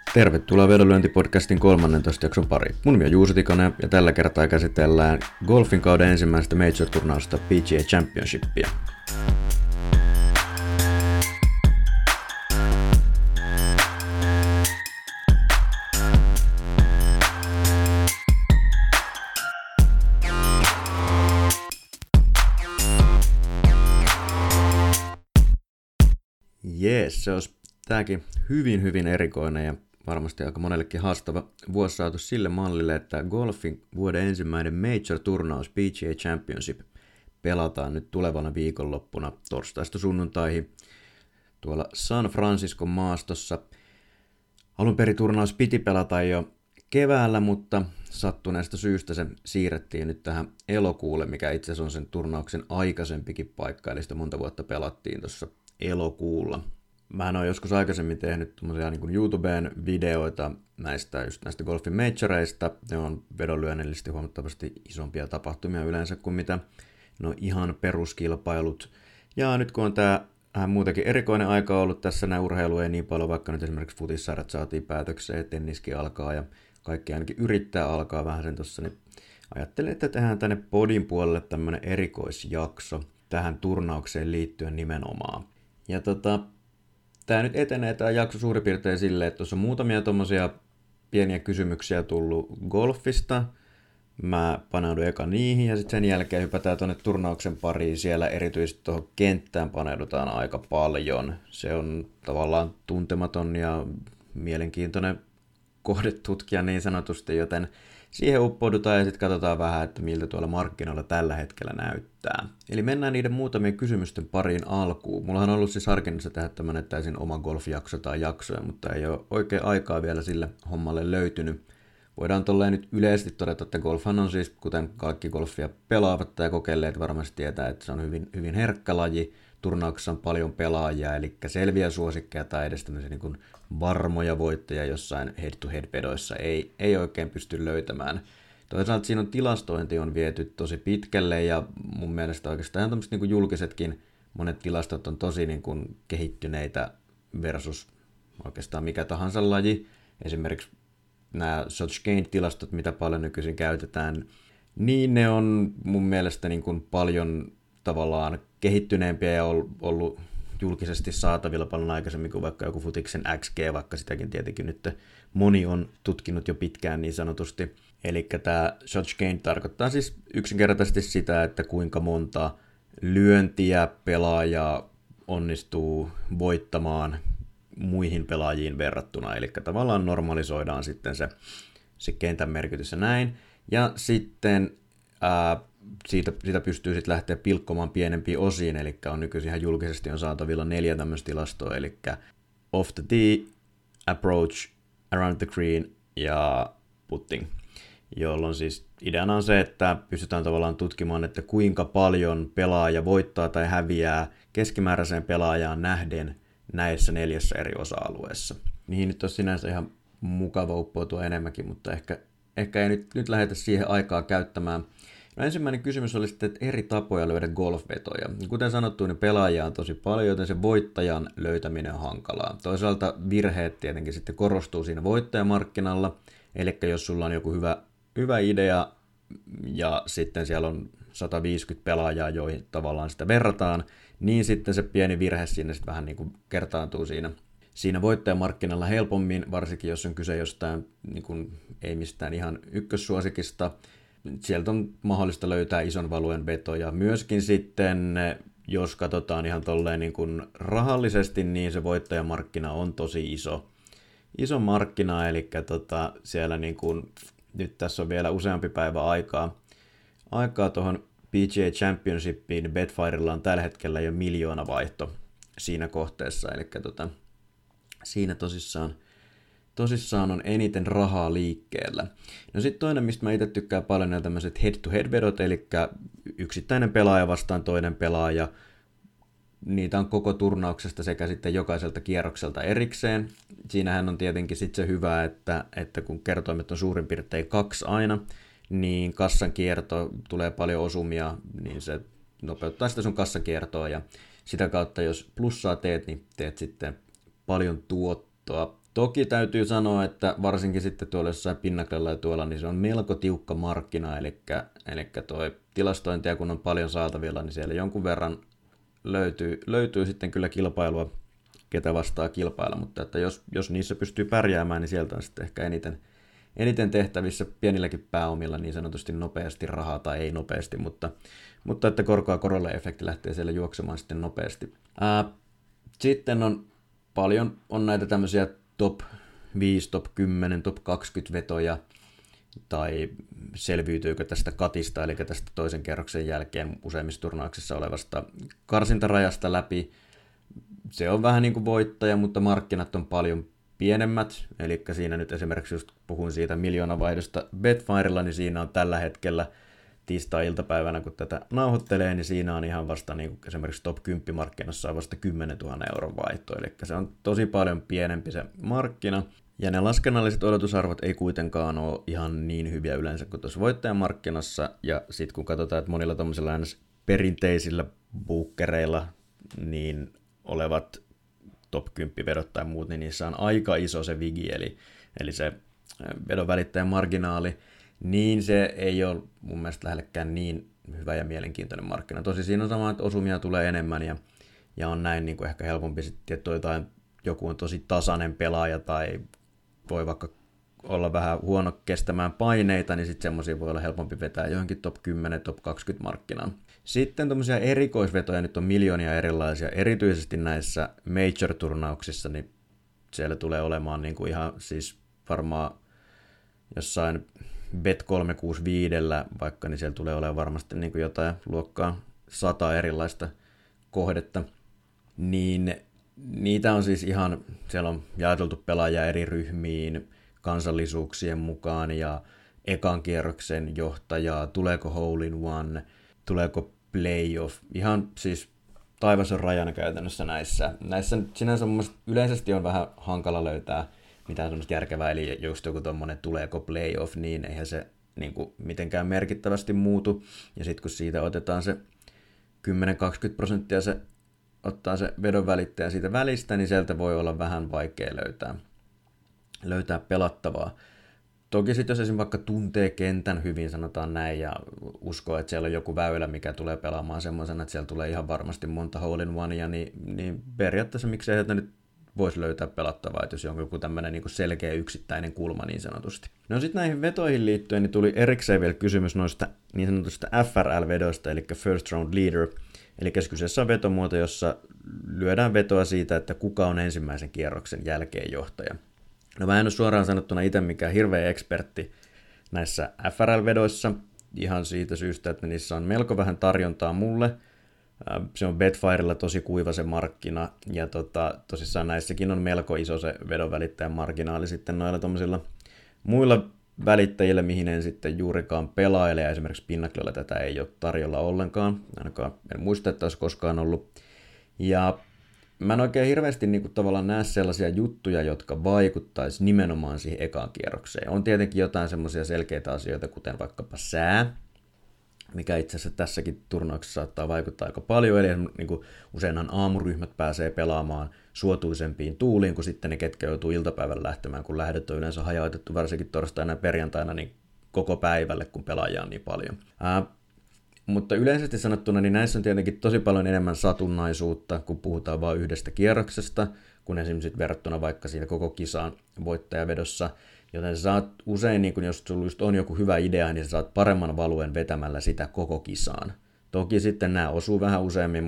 Tervetuloa Vedonlyöntipodcastin 13. jakson pariin. Mun nimi on Juuso Tikonen ja tällä kertaa käsitellään golfin kauden ensimmäistä Major-turnausta PGA Championshipia. Jees, se olisi tämäkin hyvin erikoinen ja varmasti aika monellekin haastava vuosi saatu sille mallille, että golfin vuoden ensimmäinen Major-turnaus PGA Championship pelataan nyt tulevana viikonloppuna torstaista sunnuntaihin tuolla San Franciscon maastossa. Alun perin turnaus piti pelata jo keväällä, mutta sattuneesta syystä se siirrettiin nyt tähän elokuulle, mikä itse asiassa on sen turnauksen aikaisempikin paikka, eli sitä monta vuotta pelattiin tuossa elokuulla. Mä oon joskus aikaisemmin tehnyt tommosia niin kuin YouTubeen videoita näistä golfin majoreista. Ne on vedonlyönnillisesti huomattavasti isompia tapahtumia yleensä kuin mitä no ihan peruskilpailut. Ja nyt kun on tää muutakin erikoinen aika ollut tässä, nää urheilu ei niin paljon, vaikka nyt esimerkiksi futissarjat saatiin päätökseen, tenniskin alkaa ja kaikki ainakin yrittää alkaa vähän sen tossa, niin ajattelin, että tehdään tänne podin puolelle tämmönen erikoisjakso tähän turnaukseen liittyen nimenomaan. Ja tämä nyt etenee tämä jakso suurin piirtein silleen, että tuossa on muutamia tommosia pieniä kysymyksiä tullut golfista. Mä paneudun eka niihin ja sitten sen jälkeen hypätään tuonne turnauksen pariin. Siellä erityisesti tuohon kenttään paneudutaan aika paljon. Se on tavallaan tuntematon ja mielenkiintoinen kohdetutkia niin sanotusti, joten siihen uppoudutaan ja sitten katsotaan vähän, että miltä tuolla markkinoilla tällä hetkellä näyttää. Eli mennään niiden muutamien kysymysten pariin alkuun. Mullahan on ollut siis harkinnassa tehdä tämmönen täysin oma golfjakso tai jaksoja, mutta ei ole oikein aikaa vielä sille hommalle löytynyt. Voidaan tolleen nyt yleisesti todeta, että golfhan on siis, kuten kaikki golfia pelaavat tai kokeilleet varmasti tietää, että se on hyvin herkkä laji. Turnauksessa on paljon pelaajia, eli selviä suosikkeja tai edes tämmöisiä niin kuin varmoja voittajia jossain head-to-head-vedoissa ei oikein pysty löytämään. Toisaalta siinä on tilastointi on viety tosi pitkälle ja mun mielestä oikeastaan tämmöiset niin kuin julkisetkin monet tilastot on tosi niin kuin kehittyneitä versus oikeastaan mikä tahansa laji. Esimerkiksi nämä Search Gain-tilastot, mitä paljon nykyisin käytetään, niin ne on mun mielestä niin kuin paljon tavallaan kehittyneempiä ja ollut julkisesti saatavilla paljon aikaisemmin kuin vaikka joku futiksen XG, vaikka sitäkin tietenkin nyt moni on tutkinut jo pitkään niin sanotusti. Eli tämä shot gain tarkoittaa siis yksinkertaisesti sitä, että kuinka monta lyöntiä pelaaja onnistuu voittamaan muihin pelaajiin verrattuna. Eli tavallaan normalisoidaan sitten se kentän merkitys ja näin. Ja sitten siitä pystyy sitten lähteä pilkkomaan pienempiin osiin, eli on nykyisin ihan julkisesti on saatavilla 4 tämmöistä tilastoa, eli off the tee, approach, around the green ja putting, jolloin siis ideana on se, että pystytään tavallaan tutkimaan, että kuinka paljon pelaaja voittaa tai häviää keskimääräiseen pelaajaan nähden näissä 4 eri osa-alueessa. Niihin nyt on sinänsä ihan mukava uppoutua enemmänkin, mutta ehkä ei nyt lähdetä siihen aikaa käyttämään. No ensimmäinen kysymys oli sitten, että eri tapoja löydä golfvetoja. Kuten sanottu, niin pelaajia on tosi paljon, joten se voittajan löytäminen on hankalaa. Toisaalta virheet tietenkin sitten korostuu siinä voittajamarkkinalla, eli jos sulla on joku hyvä idea ja sitten siellä on 150 pelaajaa, joihin tavallaan sitä verrataan, niin sitten se pieni virhe siinä sitten vähän niin kuin kertaantuu siinä voittajamarkkinalla helpommin, varsinkin jos on kyse jostain niin kuin, ei mistään ihan ykkössuosikista. Sieltä on mahdollista löytää ison valueen vetoja. Myöskin sitten, jos katsotaan ihan tolleen niin kuin rahallisesti, niin se voittajamarkkina on tosi iso markkina, eli siellä niin kuin, nyt tässä on vielä useampi päivä aikaa tuohon PGA Championshipiin. Betfirella on tällä hetkellä jo 1 miljoona vaihto siinä kohteessa, eli siinä tosissaan on eniten rahaa liikkeellä. No sitten toinen, mistä mä itse tykkään paljon, on tämmöiset head-to-head-vedot, eli yksittäinen pelaaja vastaan toinen pelaaja. Niitä on koko turnauksesta sekä sitten jokaiselta kierrokselta erikseen. Siinähän on tietenkin sitten se hyvä, että kun kertoimet on suurin piirtein 2 aina, niin kassan kierto tulee paljon osumia, niin se nopeuttaa sitä sun kassakiertoa ja sitä kautta, jos plussaa teet, niin teet sitten paljon tuottoa. Toki täytyy sanoa, että varsinkin sitten tuolla jossain Pinnaclella ja tuolla, niin se on melko tiukka markkina, eli toi tilastointia kun on paljon saatavilla, niin siellä jonkun verran löytyy sitten kyllä kilpailua, ketä vastaa kilpailla, mutta että jos niissä pystyy pärjäämään, niin sieltä on sitten ehkä eniten tehtävissä pienilläkin pääomilla niin sanotusti nopeasti rahaa tai ei nopeasti, mutta että korkoa korolle efekti lähtee siellä juoksemaan sitten nopeasti. Sitten on paljon näitä tämmöisiä top 5, top 10, top 20 vetoja, tai selviytyykö tästä katista, eli tästä toisen kerroksen jälkeen useimmissa turnauksissa olevasta karsintarajasta läpi. Se on vähän niin kuin voittaja, mutta markkinat on paljon pienemmät, eli siinä nyt esimerkiksi just puhun siitä miljoonavaihdosta Betfairella, niin siinä on tällä hetkellä tiistai-iltapäivänä, kun tätä nauhoittelee, niin siinä on ihan vasta niin kuin esimerkiksi top 10 markkinassa on vasta 10 000 euron vaihto, eli se on tosi paljon pienempi se markkina, ja ne laskennalliset odotusarvot ei kuitenkaan ole ihan niin hyviä yleensä kuin tuossa voittajamarkkinassa, ja sitten kun katsotaan, että monilla tuollaisilla perinteisillä bookkereilla niin olevat top 10 vedot tai muut, niin niissä on aika iso se vigi, eli se vedon välittäjän marginaali, niin se ei ole mun mielestä lähellekään niin hyvä ja mielenkiintoinen markkina. Tosi siinä on sama, että osumia tulee enemmän ja on näin niin kuin ehkä helpompi sitten, että joku on tosi tasainen pelaaja tai voi vaikka olla vähän huono kestämään paineita, niin sitten semmoisia voi olla helpompi vetää johonkin top 10, top 20 markkinaan. Sitten tuommoisia erikoisvetoja nyt on miljoonia erilaisia, erityisesti näissä major-turnauksissa, niin siellä tulee olemaan niin kuin ihan siis varmaan jossain Bet 365, vaikka niin siellä tulee olemaan varmasti niin kuin jotain luokkaa 100 erilaista kohdetta, niin niitä on siis ihan, siellä on jaoteltu pelaajia eri ryhmiin kansallisuuksien mukaan ja ekan kierroksen johtajaa, tuleeko hole in one, tuleeko playoff, ihan siis taivas on rajana käytännössä näissä. Näissä sinänsä yleisesti on vähän hankala löytää mitään semmoista järkevää, eli just joku tommonen tuleeko playoff, niin eihän se niin kuin mitenkään merkittävästi muutu, ja sitten kun siitä otetaan se 10-20% se ottaa se vedon välittäjä siitä välistä, niin sieltä voi olla vähän vaikea löytää pelattavaa. Toki sitten jos esimerkiksi vaikka tuntee kentän hyvin, sanotaan näin, ja uskoo, että siellä on joku väylä, mikä tulee pelaamaan semmoisena, että siellä tulee ihan varmasti monta hole in onea, niin periaatteessa miksei sieltä nyt voisi löytää pelattavaa, että jos on joku tämmöinen niin kuin selkeä yksittäinen kulma niin sanotusti. No sitten näihin vetoihin liittyen niin tuli erikseen vielä kysymys noista niin sanotusta FRL-vedoista, eli First Round Leader, eli kyseessä on vetomuoto, jossa lyödään vetoa siitä, että kuka on ensimmäisen kierroksen jälkeen johtaja. No mä en ole suoraan sanottuna itse mikään hirveä ekspertti näissä FRL-vedoissa, ihan siitä syystä, että niissä on melko vähän tarjontaa mulle. Se on Betfairella tosi kuiva se markkina, ja tosissaan näissäkin on melko iso se vedon välittäjän marginaali sitten noilla tommosilla muilla välittäjillä, mihin en sitten juurikaan pelaile, ja esimerkiksi Pinnaclella tätä ei ole tarjolla ollenkaan, ainakaan en muista, että olisi koskaan ollut. Ja mä en oikein hirveästi niin kuin tavallaan näe sellaisia juttuja, jotka vaikuttaisi nimenomaan siihen ekaan kierrokseen. On tietenkin jotain semmoisia selkeitä asioita, kuten vaikkapa sää, mikä itse asiassa tässäkin turnauksessa saattaa vaikuttaa aika paljon, eli niin kuin useinhan aamuryhmät pääsee pelaamaan suotuisempiin tuuliin, kuin sitten ne, ketkä joutuu iltapäivällä lähtemään, kun lähdöt on yleensä hajautettu varsinkin torstaina ja perjantaina niin koko päivälle, kun pelaajia on niin paljon. Mutta yleisesti sanottuna, niin näissä on tietenkin tosi paljon enemmän satunnaisuutta, kun puhutaan vain yhdestä kierroksesta, kun esimerkiksi verrattuna vaikka siinä koko kisaan voittajavedossa. Joten sä saat usein, niin kun jos sulla just on joku hyvä idea, niin sä saat paremman valuen vetämällä sitä koko kisaan. Toki sitten nämä osuu vähän useammin,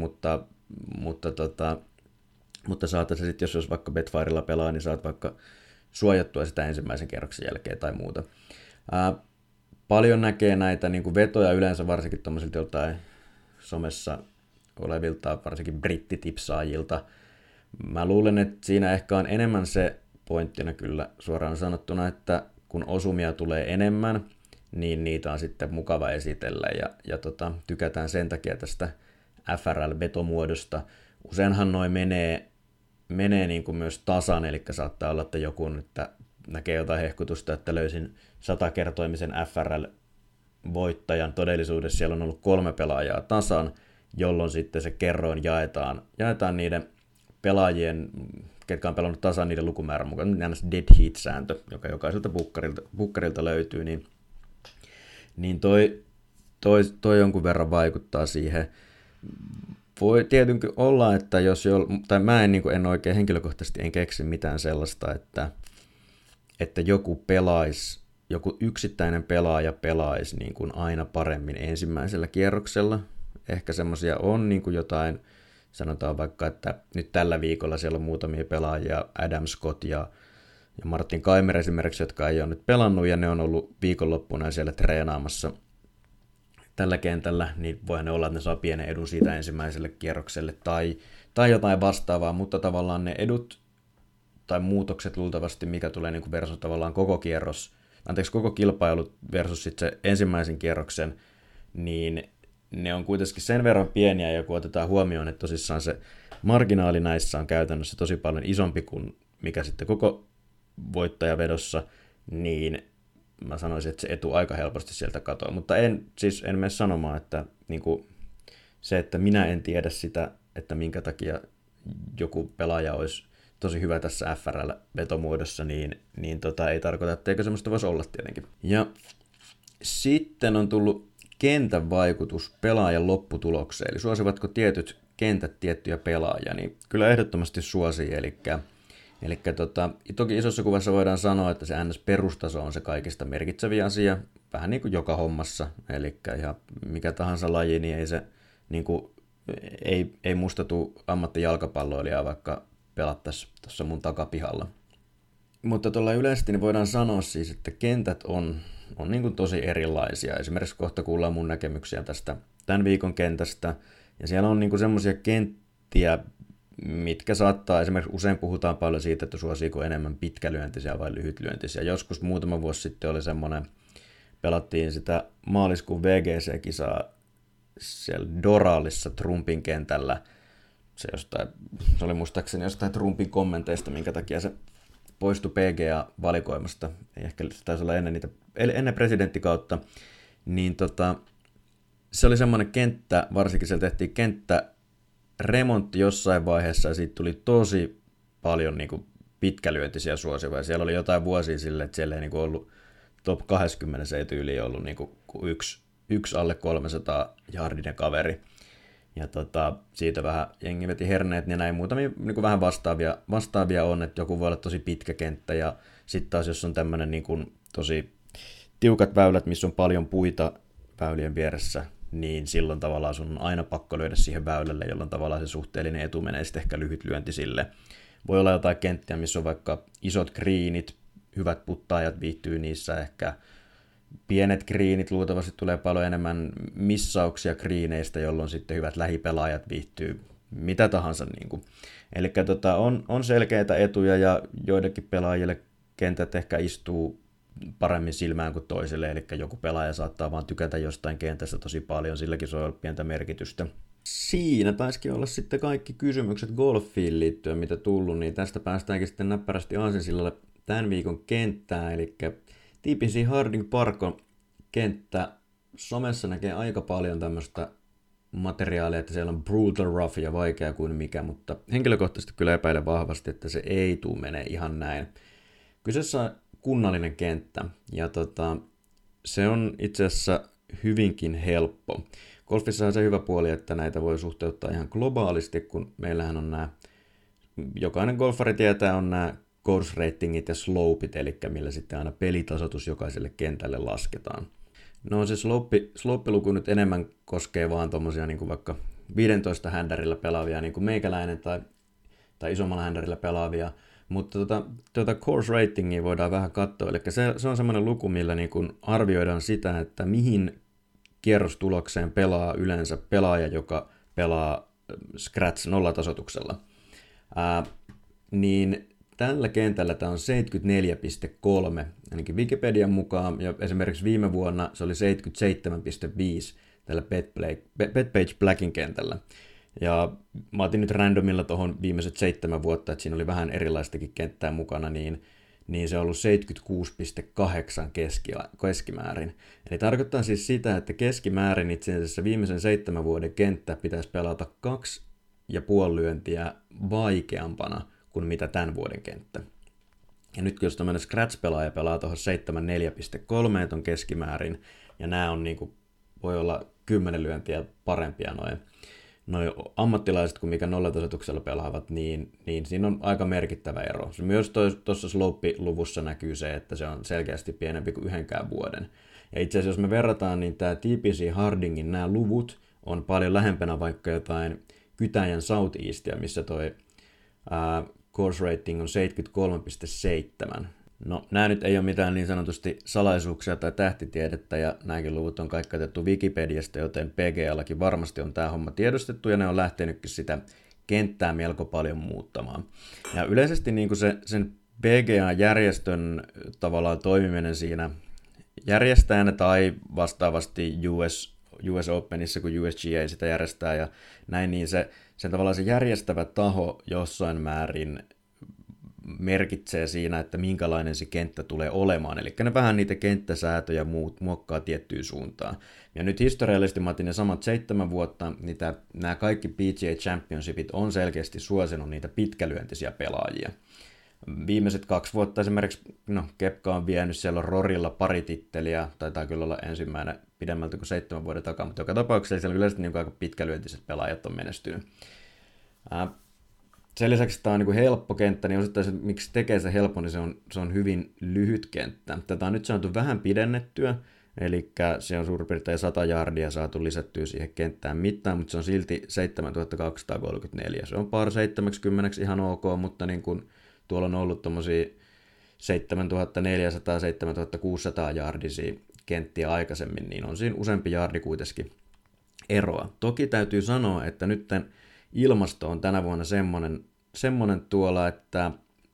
mutta saattaa se sitten, jos vaikka Betfairella pelaa, niin saat vaikka suojattua sitä ensimmäisen kierroksen jälkeen tai muuta. Paljon näkee näitä niin kuin vetoja yleensä varsinkin tuommoisilta jotain somessa olevilta, varsinkin brittitipsaajilta. Mä luulen, että siinä ehkä on enemmän se pointtina kyllä suoraan sanottuna, että kun osumia tulee enemmän, niin niitä on sitten mukava esitellä ja tykätään sen takia tästä FRL-vetomuodosta. Useinhan noi menee niin kuin myös tasan, eli saattaa olla, että joku nyt näkee jotain hehkutusta, että löysin 100-kertoimisen FRL-voittajan. Todellisuudessa siellä on ollut 3 pelaajaa tasan, jolloin sitten se kerroin jaetaan niiden pelaajien ketkä on pelannut tasan niiden lukumäärän mukaan, niin dead heat-sääntö, joka jokaiselta bukkarilta löytyy, niin toi jonkun verran vaikuttaa siihen. Voi tietenkin olla, että tai mä en oikein henkilökohtaisesti en keksi mitään sellaista, että joku yksittäinen pelaaja pelaisi niin kuin aina paremmin ensimmäisellä kierroksella. Ehkä semmoisia on niin kuin jotain, sanotaan vaikka, että nyt tällä viikolla siellä on muutamia pelaajia, Adam Scott ja Martin Kaimer esimerkiksi, jotka ei ole nyt pelannut, ja ne on ollut viikonloppuna siellä treenaamassa tällä kentällä, niin voi ne olla, että ne saa pienen edun siitä ensimmäiselle kierrokselle tai jotain vastaavaa, mutta tavallaan ne edut tai muutokset luultavasti, mikä tulee niin kuin versus tavallaan koko kilpailu versus sitten se ensimmäisen kierroksen, niin ne on kuitenkin sen verran pieniä, ja kun otetaan huomioon, että tosissaan se marginaali näissä on käytännössä tosi paljon isompi kuin mikä sitten koko voittajavedossa, niin mä sanoisin, että se etu aika helposti sieltä katoaa, mutta en mene sanomaan, että niin kuin se, että minä en tiedä sitä, että minkä takia joku pelaaja olisi tosi hyvä tässä FRL-vetomuodossa, niin ei tarkoita, etteikö semmoista voisi olla tietenkin. Ja sitten on tullut kentän vaikutus pelaajan lopputulokseen, eli suosivatko tietyt kentät tiettyjä pelaajia, niin kyllä ehdottomasti suosii, eli toki isossa kuvassa voidaan sanoa, että se NS-perustaso on se kaikista merkitsevin asia, vähän niin kuin joka hommassa, eli ihan mikä tahansa laji, niin ei se niin kuin, ei musta tule ammattijalkapalloilijaa, vaikka pelattaisiin tuossa mun takapihalla. Mutta tuolla yleisesti niin voidaan sanoa siis, että kentät on niin kuin tosi erilaisia. Esimerkiksi kohta kuullaan mun näkemyksiä tästä tämän viikon kentästä, ja siellä on niin kuin semmoisia kenttiä, mitkä saattaa, esimerkiksi usein puhutaan paljon siitä, että suosiiko enemmän pitkälyöntisiä vai lyhytlyöntisiä. Joskus muutama vuosi sitten oli semmoinen, pelattiin sitä maaliskuun VGC-kisaa siellä Doralissa Trumpin kentällä. Se oli muistaakseni jostain Trumpin kommenteista, minkä takia se poistui PGA-valikoimasta. Ehkä se taisi olla ennen presidenttikautta. Niin se oli semmoinen kenttä, varsinkin siellä tehtiin remontti jossain vaiheessa, ja siitä tuli tosi paljon niin kuin pitkälyöntisiä suosivia. Siellä oli jotain vuosia sille, että siellä ei niin kuin ollut top 20 ei tyyli ollut niin kuin yksi alle 300 jardinen kaveri. Ja siitä vähän jengi veti herneet, ja näin muutamia niin kuin vähän vastaavia on, että joku voi olla tosi pitkä kenttä, ja sitten taas jos on tämmöinen niin kuin tosi tiukat väylät, missä on paljon puita väylien vieressä, niin silloin tavallaan sun on aina pakko löydä siihen väylälle, jolloin tavallaan se suhteellinen etu menee sitten ehkä lyhytlyöntisille. Voi olla jotain kenttiä, missä on vaikka isot greenit, hyvät puttaajat viihtyy niissä, ehkä pienet greenit, luultavasti tulee paljon enemmän missauksia greeneistä, jolloin sitten hyvät lähipelaajat viihtyy mitä tahansa. Niin eli on selkeitä etuja, ja joidenkin pelaajille kentät ehkä istuu paremmin silmään kuin toiselle, eli joku pelaaja saattaa vaan tykätä jostain kentästä tosi paljon, silläkin se on pientä merkitystä. Siinä taisikin olla sitten kaikki kysymykset golfiin liittyen, mitä tullut, niin tästä päästäänkin sitten näppärästi aasinsillalle tämän viikon kenttään, eli TPC Harding Parkon kenttä. Somessa näkee aika paljon tämmöistä materiaalia, että siellä on brutal rough ja vaikea kuin mikä, mutta henkilökohtaisesti kyllä epäilen vahvasti, että se ei tule menee ihan näin. Kyseessä on kunnallinen kenttä, ja se on itse asiassa hyvinkin helppo. Golfissa on se hyvä puoli, että näitä voi suhteuttaa ihan globaalisti, kun meillähän on jokainen golfari tietää, on nämä course ratingit ja slopeit, eli millä sitten aina pelitasoitus jokaiselle kentälle lasketaan. No se slope-luku nyt enemmän koskee vaan tommosia niin kuin vaikka 15 händärillä pelaavia, niin kuin meikäläinen tai isommalla händärillä pelaavia, mutta course ratingia voidaan vähän katsoa, eli se on semmoinen luku, millä niin kuin arvioidaan sitä, että mihin kierrostulokseen pelaa yleensä pelaaja, joka pelaa scratch nollatasoituksella. Niin tällä kentällä tämä on 74,3, ainakin Wikipedian mukaan, ja esimerkiksi viime vuonna se oli 77,5 tällä Bethpage Blackin kentällä. Ja mä otin nyt randomilla tuohon viimeiset 7 vuotta, että siinä oli vähän erilaistakin kenttää mukana, niin se on ollut 76,8 keskimäärin. Eli tarkoittaa siis sitä, että keskimäärin itse asiassa viimeisen 7 vuoden kenttä pitäisi pelata 2,5 lyöntiä vaikeampana kuin mitä tämän vuoden kenttä. Ja nyt jos tämmöinen Scratch-pelaaja pelaa tuohon 7.4.3 ton keskimäärin, ja nämä on niinku, voi olla 10 lyöntiä parempia noin ammattilaiset kuin mikä nollatasoituksella pelaavat, niin siinä on aika merkittävä ero. Myös tuossa slope-luvussa näkyy se, että se on selkeästi pienempi kuin yhdenkään vuoden. Ja itse asiassa jos me verrataan, niin tämä TPC Hardingin nämä luvut on paljon lähempänä vaikka jotain Kytäjän Southeastia, missä toi course rating on 73.7. No, nämä nyt ei ole mitään niin sanotusti salaisuuksia tai tähtitiedettä, ja nämäkin luvut on kaikki otettu Wikipediasta, joten PGAllakin varmasti on tämä homma tiedostettu, ja ne on lähtenytkin sitä kenttää melko paljon muuttamaan. Ja yleisesti niin kuin sen PGA-järjestön tavallaan toimiminen siinä järjestäjänä tai vastaavasti US Openissa, kun USGA sitä järjestää ja näin, niin se tavallaan se järjestävä taho jossain määrin merkitsee siinä, että minkälainen se kenttä tulee olemaan. Eli ne vähän niitä kenttäsäätöjä muokkaa tiettyyn suuntaan. Ja nyt historiallisesti mä otin ne samat 7 vuotta, niin nämä kaikki PGA Championshipit on selkeästi suosinut niitä pitkälyöntisiä pelaajia. Viimeiset 2 vuotta esimerkiksi, Koepka on vienyt, siellä on Rorilla pari titteliä, taitaa kyllä olla ensimmäinen pidemmältä kuin 7 vuoden takaa, mutta joka tapauksessa siellä yleisesti niin aika pitkälyöntiset pelaajat on menestynyt. Sen lisäksi tämä on niin kuin helppo kenttä, niin osittain se, miksi tekee se helppo, niin se on hyvin lyhyt kenttä. Tätä on nyt saatu vähän pidennettyä, eli se on suurin piirtein 100 yardia saatu lisättyä siihen kenttään mittaan, mutta se on silti 7234. Se on par 70 ihan ok, mutta niin kuin tuolla on ollut tommosia 7400-7600 yardisia kenttiä aikaisemmin, niin on siinä useampi yardi kuitenkin eroa. Toki täytyy sanoa, että nyt ilmasto on tänä vuonna semmoinen tuolla, että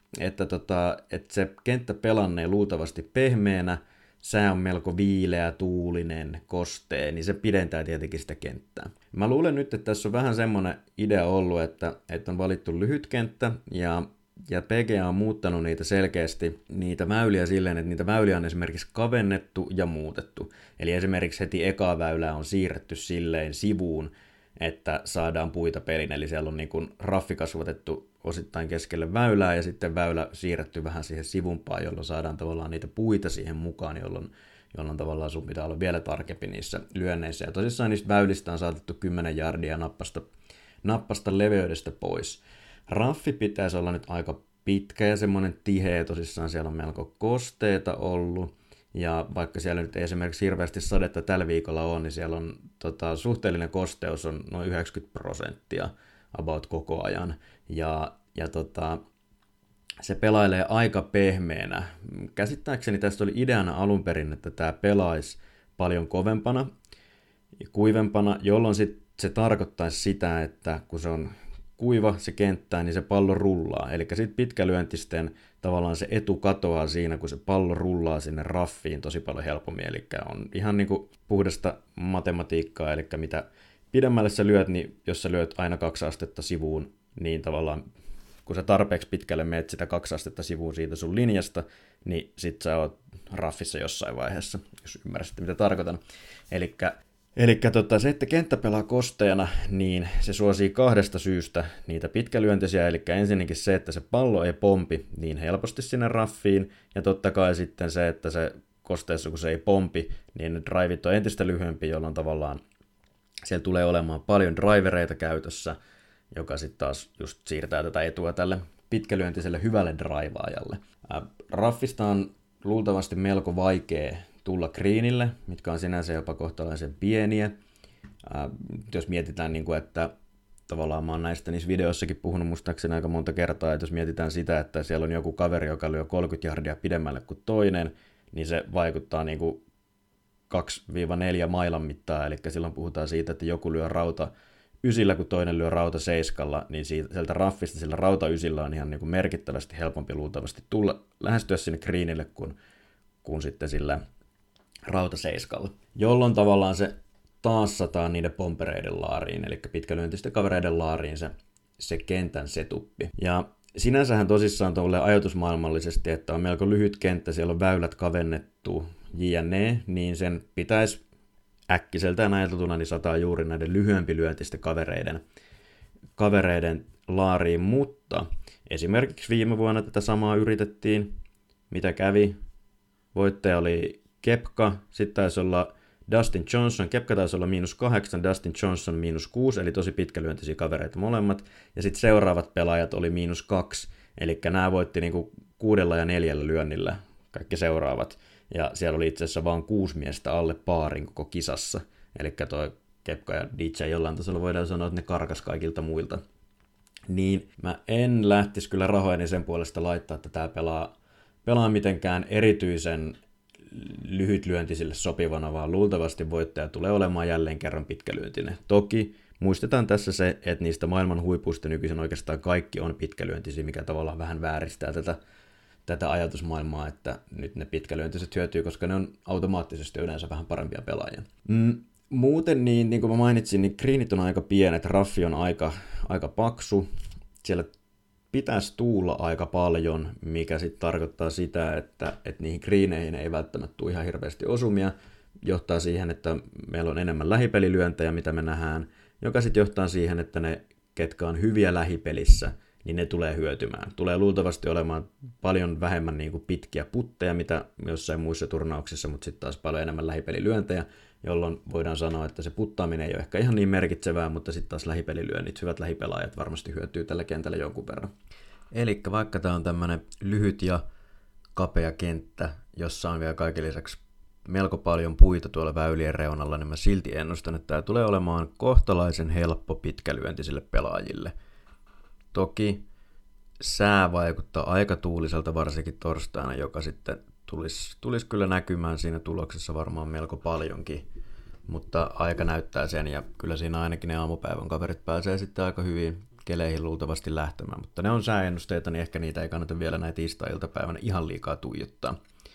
se kenttä pelannee luultavasti pehmeänä, sää on melko viileä, tuulinen, kostea, niin se pidentää tietenkin sitä kenttää. Mä luulen nyt, että tässä on vähän semmoinen idea ollut, että on valittu lyhyt kenttä ja PGA on muuttanut niitä selkeästi, niitä väyliä silleen, että niitä väyliä on esimerkiksi kavennettu ja muutettu. Eli esimerkiksi heti eka väylää on siirretty silleen sivuun, että saadaan puita pelin, eli siellä on niin kuin raffi kasvatettu osittain keskelle väylää ja sitten väylä siirretty vähän siihen sivumpaan, jolloin saadaan tavallaan niitä puita siihen mukaan, jolloin tavallaan sun pitää olla vielä tarkempi niissä lyönneissä. Ja tosissaan niistä väylistä on saatettu 10 yardia nappasta leveydestä pois. Raffi pitäisi olla nyt aika pitkä ja semmoinen tiheä, tosissaan siellä on melko kosteita ollut. Ja vaikka siellä nyt ei esimerkiksi hirveästi sadetta tällä viikolla on, niin siellä on suhteellinen kosteus on noin 90% about koko ajan. Ja se pelailee aika pehmeänä. Käsittääkseni tästä oli ideana alun perin, että tämä pelaisi paljon kovempana ja kuivempana, jolloin se tarkoittaisi sitä, että kun se on kuiva se kenttä, niin se pallo rullaa. Eli sitten pitkälyöntisten tavallaan se etu katoaa siinä, kun se pallo rullaa sinne raffiin tosi paljon helpommin. Eli on ihan niin kuin puhdasta matematiikkaa, eli mitä pidemmälle sä lyöt, niin jos sä lyöt aina 2 astetta sivuun, niin tavallaan kun sä tarpeeksi pitkälle meet sitä 2 astetta sivuun siitä sun linjasta, niin sit sä oot raffissa jossain vaiheessa, jos ymmärrätte mitä tarkoitan. Eli se, että kenttä pelaa kosteena, niin se suosii 2 syystä niitä pitkälyöntisiä, eli ensinnäkin se, että se pallo ei pompi niin helposti sinne raffiin, ja totta kai sitten se, että se kosteessa, kun se ei pompi, niin ne drivit on entistä lyhyempi, jolloin tavallaan siellä tulee olemaan paljon drivereita käytössä, joka sitten taas just siirtää tätä etua tälle pitkälyöntiselle hyvälle draivaajalle. Raffista on luultavasti melko vaikea tulla greenille, mitkä on sinänsä jopa kohtalaisen pieniä. Jos mietitään, että tavallaan mä oon näistä niissä videoissakin puhunut muistaakseni aika monta kertaa, että jos mietitään sitä, että siellä on joku kaveri, joka lyö 30 yardia pidemmälle kuin toinen, niin se vaikuttaa 2-4 mailan mittaa, eli silloin puhutaan siitä, että joku lyö rauta 9, kun toinen lyö rauta 7, niin sieltä raffista sillä rauta 9 on ihan merkittävästi helpompi luultavasti lähestyä sinne greenille kuin sitten sillä rauta 7, jolloin tavallaan se taas sataa niiden pompereiden laariin, eli pitkälyöntisten kavereiden laariin se kentän setuppi. Ja sinänsähän tosissaan tuolle ajatusmaailmallisesti, että on melko lyhyt kenttä, siellä on väylät kavennettu jne, niin sen pitäisi äkkiseltään ajateltuna niin sataa juuri näiden lyhyempilyöntisten kavereiden laariin, mutta esimerkiksi viime vuonna tätä samaa yritettiin. Mitä kävi? Voittaja oli Koepka, sitten taisi olla Dustin Johnson, Koepka taisi olla -8, Dustin Johnson -6, eli tosi pitkälyöntisiä kavereita molemmat, ja sitten seuraavat pelaajat oli -2, eli nämä voitti niinku 6 ja 4 lyönnillä kaikki seuraavat, ja siellä oli itse asiassa vain 6 miestä alle paarin koko kisassa, eli toi Koepka ja DJ jollain tasolla voidaan sanoa, että ne karkas kaikilta muilta. Niin mä en lähtisi kyllä rahojeni sen puolesta laittaa, että tää pelaa mitenkään erityisen lyhytlyöntisille sopivana, vaan luultavasti voittaja tulee olemaan jälleen kerran pitkälyöntinen. Toki muistetaan tässä se, että niistä maailman huipuista nykyisin oikeastaan kaikki on pitkälyöntisiä, mikä tavallaan vähän vääristää tätä ajatusmaailmaa, että nyt ne pitkälyöntiset hyötyy, koska ne on automaattisesti yleensä vähän parempia pelaajia. Muuten, niin kuin mä mainitsin, niin greenit on aika pienet, raffi on aika paksu, siellä pitäisi tuulla aika paljon, mikä sitten tarkoittaa sitä, että niihin greeneihin ei välttämättä tule ihan hirveästi osumia, johtaa siihen, että meillä on enemmän lähipelilyöntejä, mitä me nähdään, joka sitten johtaa siihen, että ne, ketkä on hyviä lähipelissä, niin ne tulee hyötymään. Tulee luultavasti olemaan paljon vähemmän niin kuin pitkiä putteja, mitä jossain muissa turnauksissa, mutta sitten taas paljon enemmän lähipelilyöntejä, jolloin voidaan sanoa, että se puttaaminen ei ole ehkä ihan niin merkitsevää, mutta sitten taas lähipelilyönnit, hyvät lähipelaajat varmasti hyötyy tällä kentällä jonkun verran. Eli vaikka tämä on tämmöinen lyhyt ja kapea kenttä, jossa on vielä kaiken lisäksi melko paljon puita tuolla väylien reunalla, niin mä silti ennustan, että tämä tulee olemaan kohtalaisen helppo pitkälyöntisille pelaajille. Toki sää vaikuttaa aika tuuliselta varsinkin torstaina, joka sitten tulisi kyllä näkymään siinä tuloksessa varmaan melko paljonkin, mutta aika näyttää sen ja kyllä siinä ainakin ne aamupäivän kaverit pääsee sitten aika hyvin keleihin luultavasti lähtemään, mutta ne on sääennusteita, niin ehkä niitä ei kannata vielä näitä tiistai-iltapäivänä ihan liikaa tuijottaa.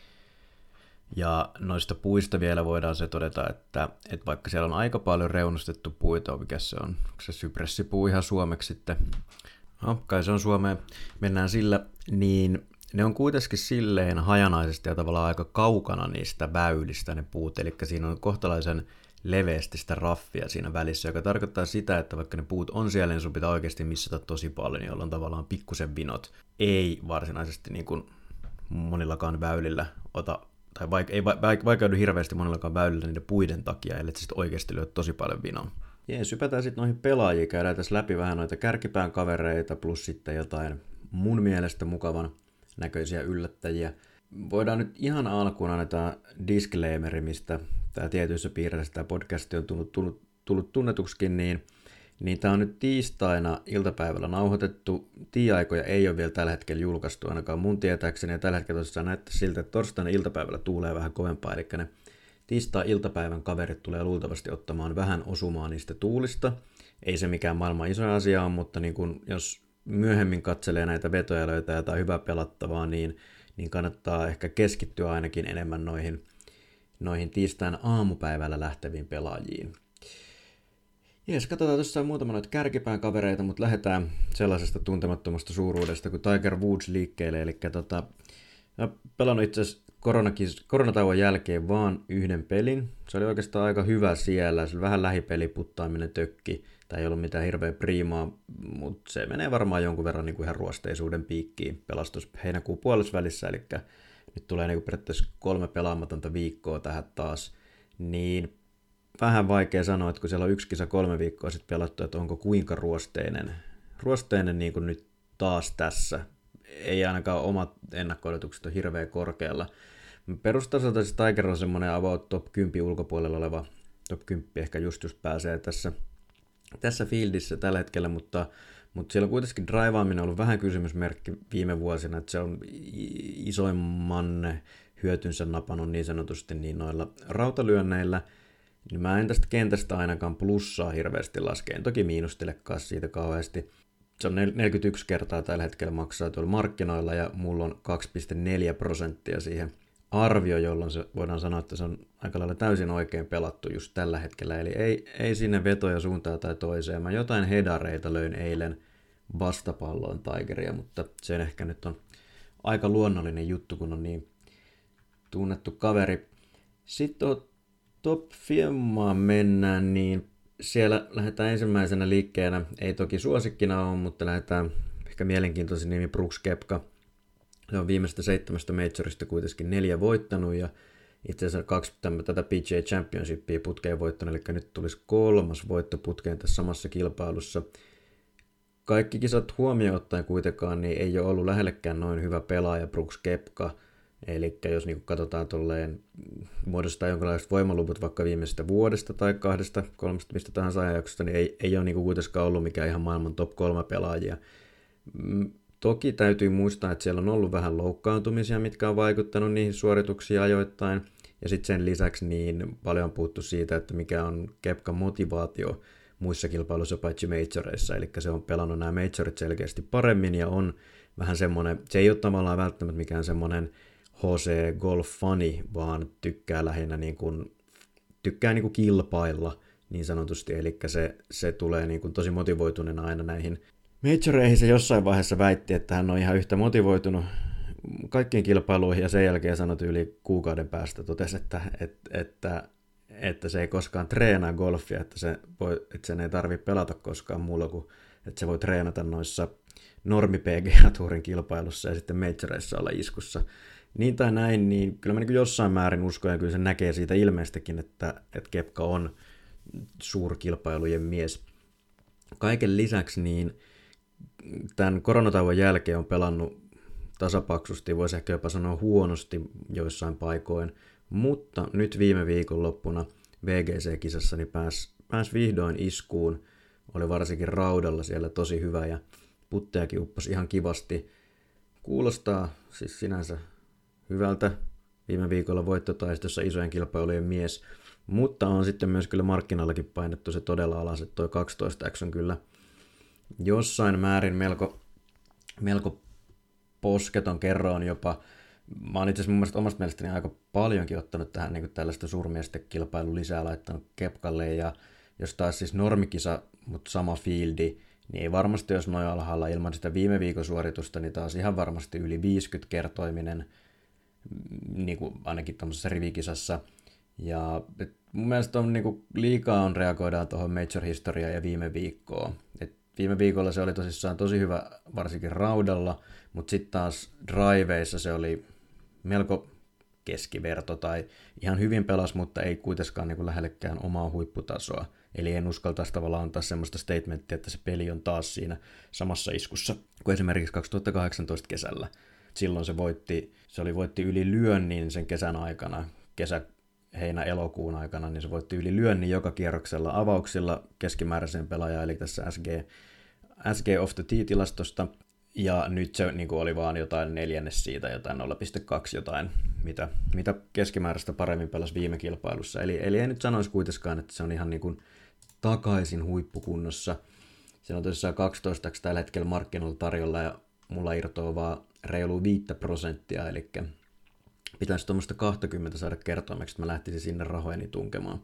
Ja noista puista vielä voidaan se todeta, että vaikka siellä on aika paljon reunustettu puita, mikä se on, onko se sypressipuu ihan suomeksi sitten, no kai se on Suomeen, mennään sillä, niin ne on kuitenkin silleen hajanaisesti ja tavallaan aika kaukana niistä väylistä ne puut, eli siinä on kohtalaisen leveästi sitä raffia siinä välissä, joka tarkoittaa sitä, että vaikka ne puut on siellä, niin sun pitää oikeasti missata tosi paljon, jolloin tavallaan pikkusen vinot ei varsinaisesti niin kuin monillakaan väylillä ota, tai ei vaikeudu hirveästi monillakaan väylillä niiden puiden takia, eli sitten oikeasti lyöt tosi paljon vinoa. Jees, hypätään sitten noihin pelaajiin, käydään tässä läpi vähän noita kärkipään kavereita, plus sitten jotain mun mielestä mukavan näköisiä yllättäjiä. Voidaan nyt ihan alkuun annetaan disclaimeri, mistä tämä tietyissä piirissä tämä podcast on tullut tunnetuksikin, niin tämä on nyt tiistaina iltapäivällä nauhoitettu. Tie-aikoja ei ole vielä tällä hetkellä julkaistu, ainakaan mun tietääkseni, ja tällä hetkellä tosiaan näyttää siltä, että torstaina iltapäivällä tuulee vähän kovempaa, eli ne tiistai-iltapäivän kaverit tulee luultavasti ottamaan vähän osumaan niistä tuulista. Ei se mikään maailman iso asia on, mutta niin kun, jos myöhemmin katselee näitä vetoja, löytää jotain hyvää pelattavaa, niin kannattaa ehkä keskittyä ainakin enemmän noihin tiistain aamupäivällä lähteviin pelaajiin. Jes, katsotaan tuossa muutama noita kärkipään kavereita, mutta lähdetään sellaisesta tuntemattomasta suuruudesta kuin Tiger Woods liikkeelle. Eli pelannut itse asiassa koronatauon jälkeen vaan yhden pelin. Se oli oikeastaan aika hyvä siellä. Se oli vähän lähipeliputtaaminen tökki. Tämä ei ollut mitään hirveä priimaa, mutta se menee varmaan jonkun verran niin kuin ihan ruosteisuuden piikkiin. Pelastus heinäkuun puolesvälissä, eli nyt tulee niin kuin periaatteessa 3 pelaamatonta viikkoa tähän taas. Niin vähän vaikea sanoa, että kun siellä on 1 kisa 3 viikkoa sitten pelattu, että onko kuinka ruosteinen niin kuin nyt taas tässä. Ei ainakaan omat ennakko-odotukset ole hirveän korkealla. Perustasolta siis Tiger on semmoinen about top 10 ulkopuolella oleva, top 10 ehkä just pääsee tässä fieldissä tällä hetkellä, mutta siellä on kuitenkin draivaaminen on ollut vähän kysymysmerkki viime vuosina, että se on isoimman hyötynsä napannut niin sanotusti niin noilla rautalyönneillä, niin mä en tästä kentästä ainakaan plussaa hirveästi laskeen, toki miinustelekaan siitä kauheasti. Se on 41 kertaa tällä hetkellä maksaa tuolla markkinoilla ja mulla on 2,4% siihen arvio, jolloin se voidaan sanoa, että se on aika lailla täysin oikein pelattu just tällä hetkellä. Eli ei sinne vetoja suuntaan tai toiseen. Mä jotain hedareita löin eilen vastapalloon Tigeria, mutta se ehkä nyt on aika luonnollinen juttu, kun on niin tunnettu kaveri. Sitten top firmaan mennään, niin siellä lähdetään ensimmäisenä liikkeenä, ei toki suosikkina ole, mutta lähdetään ehkä mielenkiintoisin nimi Brooks Koepka. Se on viimeistä 7 majorista kuitenkin 4 voittanut ja itse asiassa 2 tätä PGA Championshipia putkeen voittanut, eli nyt tulisi 3. voitto putkeen tässä samassa kilpailussa. Kaikki kisat huomioon ottaen kuitenkaan niin ei ole ollut lähellekään noin hyvä pelaaja Brooks Koepka. Eli jos niin katsotaan tolleen, muodostaa jonkinlaiset voimaluvut vaikka viimeisestä vuodesta tai 2-3 mistä tahansa ajanjaksosta, niin ei ole niin kuitenkaan ollut mikään ihan maailman top 3 pelaajia. Toki täytyy muistaa, että siellä on ollut vähän loukkaantumisia, mitkä on vaikuttanut niihin suorituksiin ajoittain. Ja sitten sen lisäksi niin paljon on puhuttu siitä, että mikä on Koepkan motivaatio muissa kilpailuissa paitsi majoreissa. Eli se on pelannut nämä majorit selkeästi paremmin ja on vähän semmoinen, se ei ole tavallaan välttämättä mikään semmoinen HC Golf-fani, vaan tykkää lähinnä tykkää kilpailla niin sanotusti, eli se tulee tosi motivoituneena aina näihin majoreihin. Se jossain vaiheessa väitti, että hän on ihan yhtä motivoitunut kaikkiin kilpailuihin ja sen jälkeen sanoi yli kuukauden päästä totesi, että se ei koskaan treenaa golfia, että sen ei tarvitse pelata koskaan muulla kuin, että se voi treenata noissa normi PGA-tuurin kilpailussa ja sitten majoreissa olla iskussa. Niin tai näin, niin kyllä mä jossain määrin uskon ja kyllä se näkee siitä ilmeestäkin, että Koepka on suurkilpailujen mies. Kaiken lisäksi niin tämän koronatauon jälkeen on pelannut tasapaksusti, voisi ehkä jopa sanoa huonosti joissain paikoin, mutta nyt viime viikonloppuna VGC-kisassa niin pääsi vihdoin iskuun, oli varsinkin raudalla siellä tosi hyvä ja puttejakin upposi ihan kivasti. Kuulostaa siis sinänsä hyvältä, viime viikolla voittotaistossa isojen kilpailujen mies, mutta on sitten myös kyllä markkinallakin painettu se todella alas, että toi 12X on kyllä jossain määrin melko posketon kerroin jopa. Mä oon itse asiassa mun mielestä omasta mielestäni aika paljonkin ottanut tähän niin tällaista suurmiesten kilpailun lisää laittanut Koepkalle, ja jos taas siis normikisa, mutta sama fieldi, niin ei varmasti jos noin alhaalla ilman sitä viime viikon suoritusta, niin taas ihan varmasti yli 50-kertoiminen, niin kuin ainakin tuollaisessa rivikisassa. Ja mun mielestä on liikaa reagoidaan tuohon major-historiaan ja viime viikkoon. Viime viikolla se oli tosissaan tosi hyvä, varsinkin raudalla, mutta sitten taas driveissa se oli melko keskiverto tai ihan hyvin pelas, mutta ei kuitenkaan lähellekään omaa huipputasoa. Eli en uskaltaisi tavallaan antaa semmoista statementtia, että se peli on taas siinä samassa iskussa kuin esimerkiksi 2018 kesällä. Silloin se voitti yli lyönnin sen kesän aikana, heinä-elokuun aikana, niin se voitti yli lyönnin joka kierroksella avauksilla keskimääräiseen pelaajaan, eli tässä SG off the tee-tilastosta, ja nyt se oli vaan jotain neljännes siitä, jotain 0,2 jotain, mitä keskimääräistä paremmin pelasi viime kilpailussa. Eli ei nyt sanoisi kuitenkaan, että se on ihan takaisin huippukunnossa. Siinä on tosiaan 12 tällä hetkellä markkinoilla tarjolla, ja mulla irtoaa vaan reilu 5%, eli pitäisi tuommoista 20 saada kertoimeksi, että mä lähtisin sinne rahojeni tunkemaan.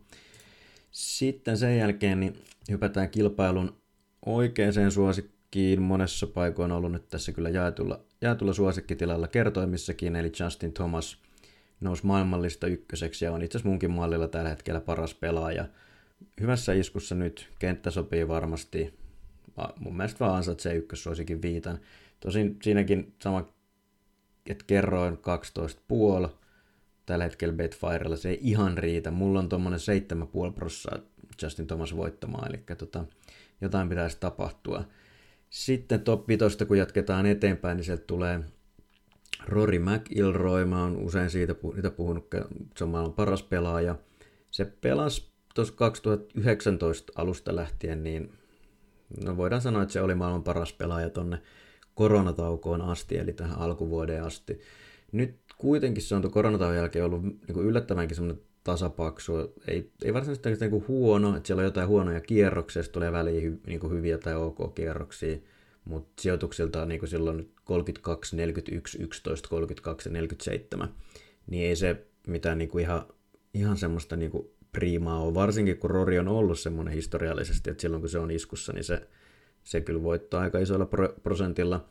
Sitten sen jälkeen niin hypätään kilpailun oikeaan suosikkiin. Monessa paikoin on ollut nyt tässä kyllä jaetulla suosikkitilalla kertoimissakin, eli Justin Thomas nousi maailmanlista ykköseksi ja on itse asiassa munkin mallilla tällä hetkellä paras pelaaja. Hyvässä iskussa nyt, kenttä sopii varmasti, mun mielestä vaan ansaitsee ykkössuosikin viitan. Tosin siinäkin sama, että kerroin 12,5 tällä hetkellä Betfirella, se ei ihan riitä. Mulla on tommonen 7,5% Justin Thomas voittamaan, eli jotain pitäisi tapahtua. Sitten top 5, kun jatketaan eteenpäin, niin sieltä tulee Rory McIlroy. Mä oon usein siitä puhunut, se on maailman paras pelaaja. Se pelasi tuossa 2019 alusta lähtien, niin no voidaan sanoa, että se oli maailman paras pelaaja tonne koronataukoon asti, eli tähän alkuvuoden asti. Nyt kuitenkin se on tuon koronatauon jälkeen ollut yllättävänkin semmoinen tasapaksu. Ei varsinaisesti huono, että siellä on jotain huonoja kierroksia, se tulee väliin hyviä tai ok kierroksia, mutta sijoituksilta on silloin 32, 41, 11, 32 ja 47, niin ei se mitään ihan semmoista priimaa ole, varsinkin kun Rory on ollut semmoinen historiallisesti, että silloin kun se on iskussa, niin se kyllä voittaa aika isolla prosentilla.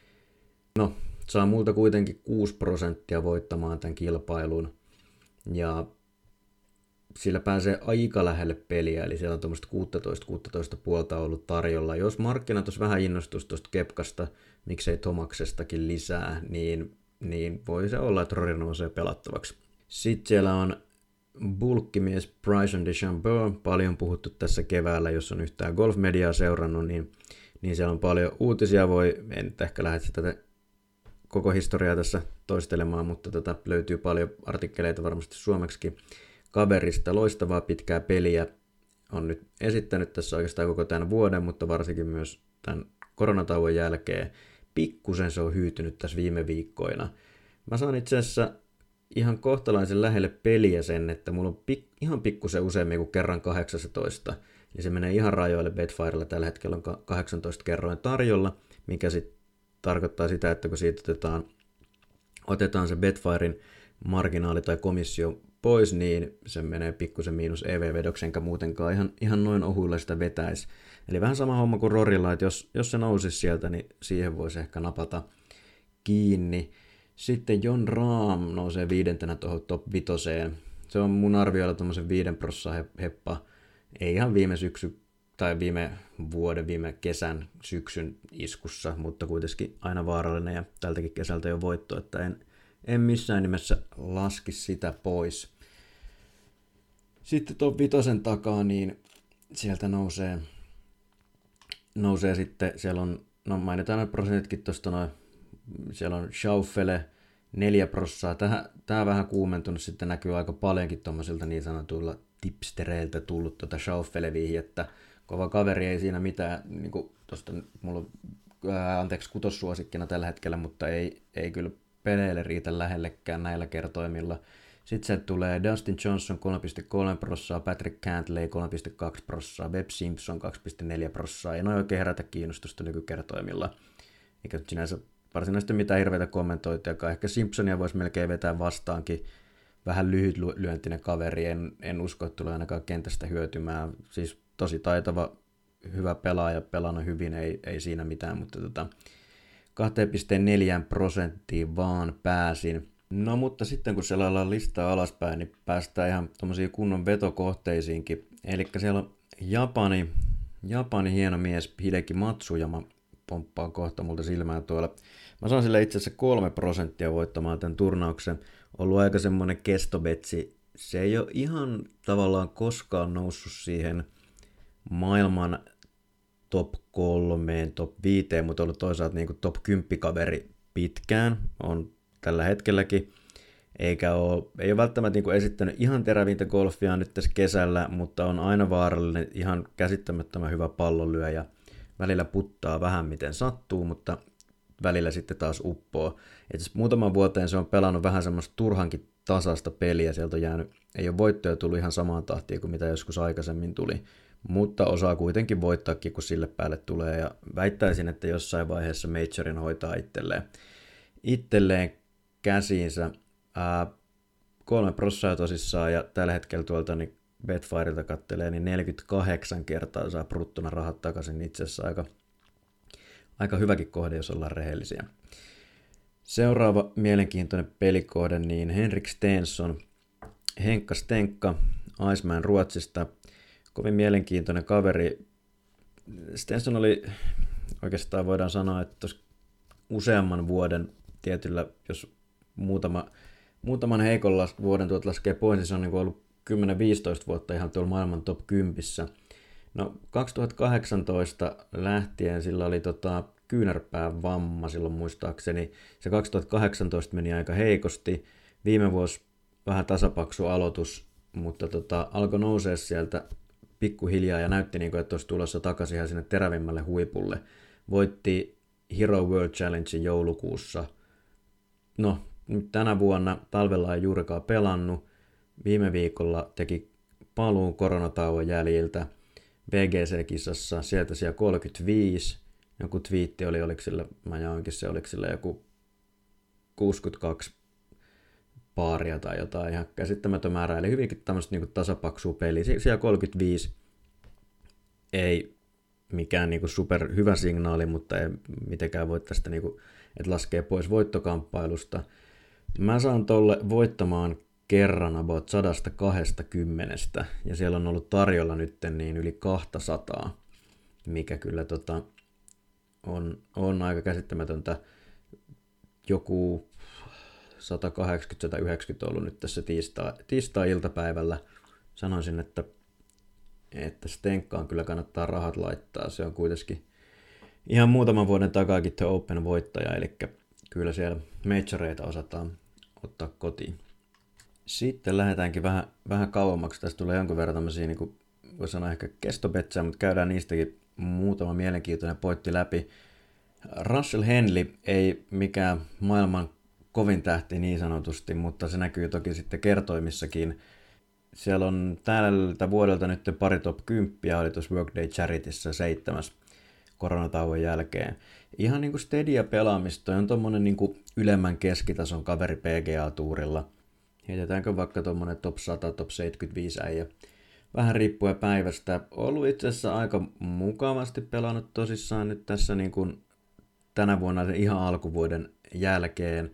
No, saa multa kuitenkin 6% voittamaan tämän kilpailun. Ja sillä pääsee aika lähelle peliä, eli siellä on tuommoista 16 puolta ollut tarjolla. Jos markkinat olisi vähän innostus tuosta Kepkasta, miksei Tomaksestakin lisää, niin voi se olla, että Rory nousee pelattavaksi. Sitten siellä on bulkkimies Bryson DeChambeau, paljon puhuttu tässä keväällä, jos on yhtään golfmediaa seurannut, niin siellä on paljon uutisia, en nyt ehkä lähde tätä koko historiaa tässä toistelemaan, mutta löytyy paljon artikkeleita varmasti suomeksikin kaverista. Loistavaa pitkää peliä on nyt esittänyt tässä oikeastaan koko tämän vuoden, mutta varsinkin myös tämän koronatauon jälkeen. Pikkusen se on hyytynyt tässä viime viikkoina. Mä saan itse asiassa ihan kohtalaisen lähelle peliä sen, että mulla on ihan pikkusen useammin kuin kerran 18. Eli se menee ihan rajoille. Betfirella tällä hetkellä on 18 kerroin tarjolla, mikä sitten tarkoittaa sitä, että kun siitä otetaan se Betfiren marginaali tai komissio pois, niin se menee pikkusen miinus EV-vedoksi, enkä muutenkaan ihan noin ohuille sitä vetäisi. Eli vähän sama homma kuin Rorylla, että jos se nousisi sieltä, niin siihen voisi ehkä napata kiinni. Sitten Jon Rahm nousee 5. tuohon top 5. Se on mun arvioilla tuommoisen 5% heppa. Ei ihan viime syksy tai viime vuoden, viime kesän, syksyn iskussa, mutta kuitenkin aina vaarallinen ja tältäkin kesältä jo voitto, että en missään nimessä laski sitä pois. Sitten tuon 5 takaa, niin sieltä nousee sitten, siellä on, no mainitaan noin prosentitkin tuosta noin, siellä on Schauffele 4%, tää vähän kuumentunut, sitten näkyy aika paljonkin tuommoisilta niin sanotuilla tipstereiltä tullut Schauffele-vihjettä. Kova kaveri, ei siinä mitään, niin kuin tuosta mulla on, kutossuosikkina tällä hetkellä, mutta ei kyllä peleille riitä lähellekään näillä kertoimilla. Sitten se tulee Dustin Johnson 3,3%, Patrick Cantlay 3,2%, Webb Simpson 2,4%. Ei noin oikein herätä kiinnostusta nykykertoimilla. Eikä sinänsä varsinaisesti mitään hirveitä kommentointia. Ehkä Simpsonia voisi melkein vetää vastaankin. Vähän lyhytlyöntinen kaveri, en usko, että tulee ainakaan kentästä hyötymään. Siis tosi taitava, hyvä pelaaja, pelannut hyvin, ei siinä mitään, mutta 2,4% vaan pääsin. No mutta sitten kun selaillaan listaa alaspäin, niin päästään ihan tommosiin kunnon vetokohteisiinkin. Eli siellä on Japani hieno mies Hideki Matsuyama pomppaa kohta multa silmään tuolla. Mä saan sille itse asiassa 3% voittamaan tämän turnauksen. Ollut aika semmonen kestobetsi. Se ei ole ihan tavallaan koskaan noussut siihen maailman top 3, top 5, mutta ollut toisaalta niin kuin top 10 kaveri pitkään. On tällä hetkelläkin. Ei ole välttämättä niin kuin esittänyt ihan terävintä golfia nyt tässä kesällä, mutta on aina vaarallinen, ihan käsittämättömän hyvä pallonlyöjä. Välillä puttaa vähän miten sattuu, mutta välillä sitten taas uppoo. Muutaman vuoteen se on pelannut vähän semmoista turhankin tasasta peliä, sieltä on jäänyt, ei ole voittoja tullut ihan samaan tahtiin kuin mitä joskus aikaisemmin tuli, mutta osaa kuitenkin voittaakin, kun sille päälle tulee, ja väittäisin, että jossain vaiheessa majorin hoitaa itselleen käsiinsä. 3% tosissaan, ja tällä hetkellä tuolta niin Betfireilta kattelee, niin 48 kertaa saa bruttona rahat takaisin, itse asiassa aika hyväkin kohde, jos ollaan rehellisiä. Seuraava mielenkiintoinen pelikohde, niin Henrik Stenson, Henkka Stenka, Iceman Ruotsista, kovin mielenkiintoinen kaveri. Stenson oli, oikeastaan voidaan sanoa, että tuossa useamman vuoden tietyllä, jos muutaman heikolla vuoden tuot laskee pois, niin se on niin ollut 10-15 vuotta ihan tuolla maailman top 10. No 2018 lähtien sillä oli kyynärpään vamma silloin muistaakseni. Se 2018 meni aika heikosti. Viime vuosi vähän tasapaksu aloitus, mutta alkoi nousea sieltä pikkuhiljaa ja näytti niin kuin, että olisi tulossa takaisin ihan sinne terävimmälle huipulle. Voitti Hero World Challengein joulukuussa. No, nyt tänä vuonna talvella ei juurikaan pelannut. Viime viikolla teki paluun koronatauon jäljiltä VGC-kisassa, sieltä siellä 35. Joku twiitti oli, oliko sillä, mä jaoinkin se, oliko sillä joku 62 paaria tai jotain ihan käsittämätön määrä, eli hyvinkin tämmöistä niin tasapaksua peliä. Siellä 35 ei mikään niin super hyvä signaali, mutta ei mitenkään voi tästä, niin kuin, että laskee pois voittokamppailusta. Mä saan tolle voittamaan kerran about 120, ja siellä on ollut tarjolla nyt niin yli 200, mikä kyllä on aika käsittämätöntä. Joku 180-190 ollut nyt tässä tiistai-iltapäivällä. Sanoisin, että Stenkkaan kyllä kannattaa rahat laittaa. Se on kuitenkin ihan muutaman vuoden takaakin The Open voittaja, eli kyllä siellä majoreita osataan ottaa kotiin. Sitten lähdetäänkin vähän kauemmaksi. Tässä tulee jonkun verran tämmöisiä, niin kuin voi sanoa ehkä kestobetsää, mutta käydään niistäkin muutama mielenkiintoinen pointti läpi. Russell Henley ei mikään maailman kovin tähti niin sanotusti, mutta se näkyy toki sitten kertoimissakin. Siellä on tältä vuodelta nyt pari top 10 oli tuossa Workday Charityssä 7. koronatauon jälkeen. Ihan niinku steadyä pelaamista, on tommonen niinku ylemmän keskitason kaveri PGA-tuurilla. Heitetäänkö vaikka tommonen top 100, top 75 äijä. Vähän riippuen päivästä. Ollut itse asiassa aika mukavasti pelannut tosissaan nyt tässä niinku tänä vuonna sen ihan alkuvuoden jälkeen.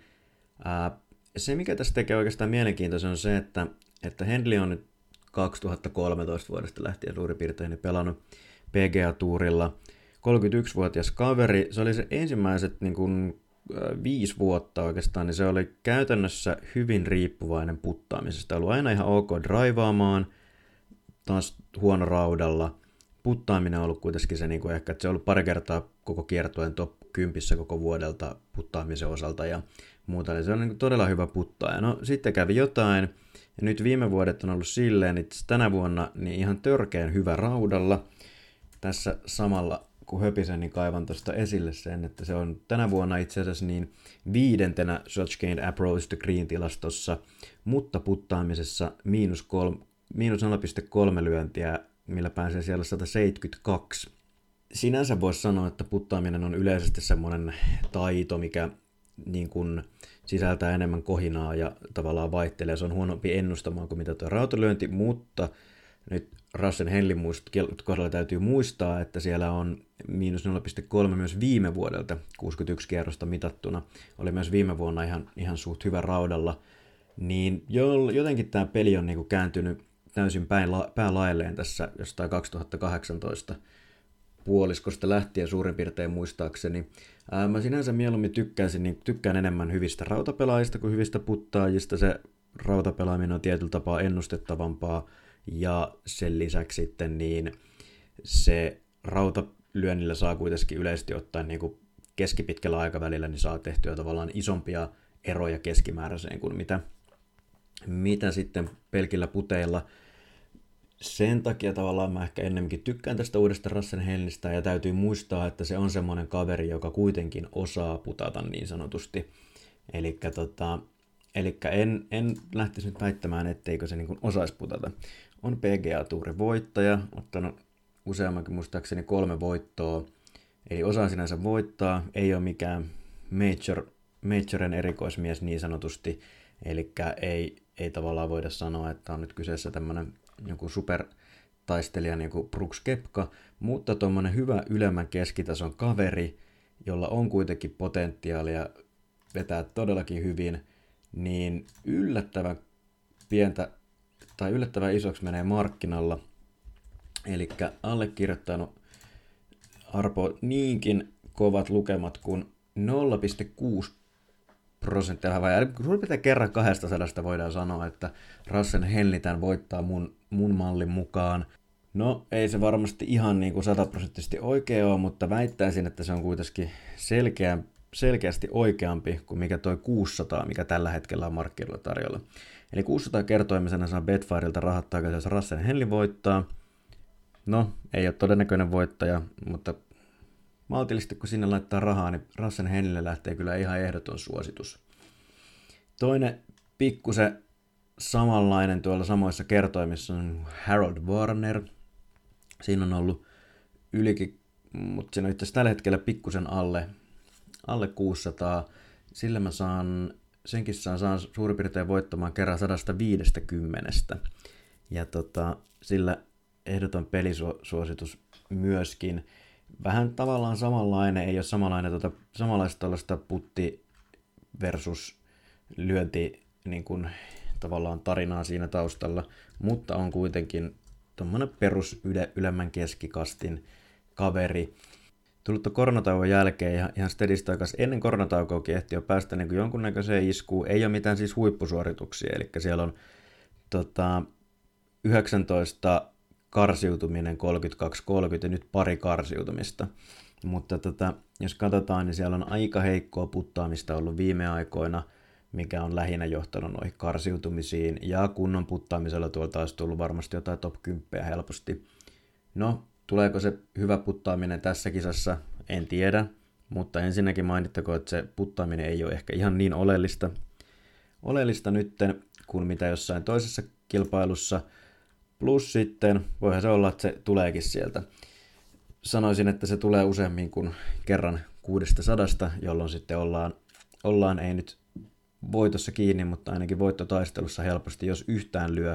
Se mikä tässä tekee oikeastaan mielenkiintoisen on se, että Henley on nyt 2013 vuodesta lähtien suurin piirtein pelannut PGA-tuurilla. 31-vuotias kaveri, se oli se ensimmäiset niin kuin, 5 vuotta oikeastaan, niin se oli käytännössä hyvin riippuvainen puttaamisesta. Ollut aina ihan ok draivaamaan, taas huono raudalla. Puttaaminen on ollut kuitenkin se, niin kuin ehkä, että se on ollut pari kertaa koko kiertueen top 10 koko vuodelta puttaamisen osalta ja muuta. Eli se on niin kuin todella hyvä puttaaja. No sitten kävi jotain, ja nyt viime vuodet on ollut silleen, että tänä vuonna niin ihan törkeän hyvä raudalla. Tässä samalla kun höpisen, niin kaivan tuosta esille sen, että se on tänä vuonna itse asiassa niin 5. Such Gained Approach to Green-tilastossa, mutta puttaamisessa miinus 0,3 lyöntiä, millä pääsee siellä 172. Sinänsä voisi sanoa, että puttaaminen on yleisesti semmoinen taito, mikä niin kuin sisältää enemmän kohinaa ja tavallaan vaihtelee. Se on huonompi ennustamaan kuin mitä tuo rautalyönti, mutta nyt Russell Henley kohdalla täytyy muistaa, että siellä on miinus 0,3 myös viime vuodelta, 61 kierrosta mitattuna. Oli myös viime vuonna ihan suht hyvä raudalla. Niin jotenkin tämä peli on niinku kääntynyt täysin päälaelleen tässä jostain 2018 puoliskosta lähtien suurin piirtein muistaakseni. Mä sinänsä mieluummin tykkään enemmän hyvistä rautapelaajista kuin hyvistä puttaajista. Se rautapelaaminen on tietyllä tapaa ennustettavampaa. Ja sen lisäksi sitten niin se rautalyönnillä saa kuitenkin yleisesti ottaen niin kuin keskipitkällä aikavälillä niin saa tehtyä tavallaan isompia eroja keskimääräiseen kuin mitä sitten pelkillä puteilla. Sen takia tavallaan mä ehkä ennemminkin tykkään tästä uudesta Russell Henleystä ja täytyy muistaa, että se on semmoinen kaveri, joka kuitenkin osaa putata niin sanotusti. Elikkä en lähtisi nyt väittämään, etteikö se niin kuin osaisi putata. On PGA-tuurin voittaja, ottanut useammankin muistaakseni 3 voittoa, eli osaa sinänsä voittaa, ei ole mikään majoren erikoismies niin sanotusti, eli ei tavallaan voida sanoa, että on nyt kyseessä tämmöinen joku supertaistelija niin kuin Brooks Koepka, mutta tuommoinen hyvä ylemmän keskitason kaveri, jolla on kuitenkin potentiaalia vetää todellakin hyvin, niin yllättävän pientä tai yllättävän isoksi menee markkinalla. Eli allekirjoittanut arpo niinkin kovat lukemat kuin 0,6%. Vai suurin piirtein kerran 200 voidaan sanoa, että Russell Henley tämän voittaa mun mallin mukaan. No ei se varmasti ihan niin kuin 100% oikea ole, mutta väittäisin, että se on kuitenkin selkeästi oikeampi kuin mikä toi 600, mikä tällä hetkellä on markkinoilla tarjolla. Eli 600 kertoimisena saa Betfireilta rahat takaisin, jos Russell Henley voittaa. No, ei ole todennäköinen voittaja, mutta maltillisesti kun sinne laittaa rahaa, niin Russell Henleylle lähtee kyllä ihan ehdoton suositus. Toinen pikkusen samanlainen tuolla samoissa kertoimissa on Harold Warner. Siinä on ollut ylikin, mutta siinä on itse asiassa tällä hetkellä pikkusen alle 600. Sillä mä senkin saan suurin piirtein voittamaan kerran 150. Ja sillä ehdoton pelisuositus myöskin. Vähän tavallaan samanlainen, ei ole samanlaista tällaista putti versus lyönti niin kuin tavallaan tarinaa siinä taustalla, mutta on kuitenkin tommonen perus ylemmän keskikastin kaveri. Tullut koronatauon jälkeen ja ihan steadistä aikas ennen koronataukoakin ehti jo päästä niin jonkunnäköiseen iskuun. Ei ole mitään siis huippusuorituksia, eli siellä on 19 karsiutuminen, 32-30 ja nyt pari karsiutumista. Mutta jos katsotaan, niin siellä on aika heikkoa puttaamista ollut viime aikoina, mikä on lähinnä johtanut noihin karsiutumisiin, ja kunnon puttaamisella tuolta olisi tullut varmasti jotain top 10 helposti. No, tuleeko se hyvä puttaaminen tässä kisassa? En tiedä, mutta ensinnäkin mainittakoon, että se puttaaminen ei ole ehkä ihan niin oleellista nytten kuin mitä jossain toisessa kilpailussa. Plus sitten, voihan se olla, että se tuleekin sieltä. Sanoisin, että se tulee useammin kuin kerran 600, jolloin sitten ollaan ei nyt voitossa kiinni, mutta ainakin voittotaistelussa helposti, jos yhtään lyö.